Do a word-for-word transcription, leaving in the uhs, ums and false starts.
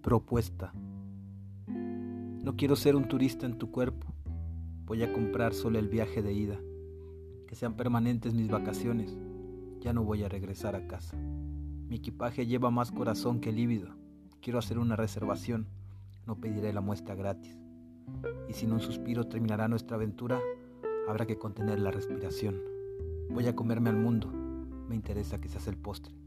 Propuesta. No quiero ser un turista en tu cuerpo. Voy a comprar solo el viaje de ida. Que sean permanentes mis vacaciones. Ya no voy a regresar a casa. Mi equipaje lleva más corazón que líbido. Quiero hacer una reservación. No pediré la muestra gratis. Y sin un suspiro terminará nuestra aventura. Habrá que contener la respiración. Voy a comerme al mundo. Me interesa que seas el postre.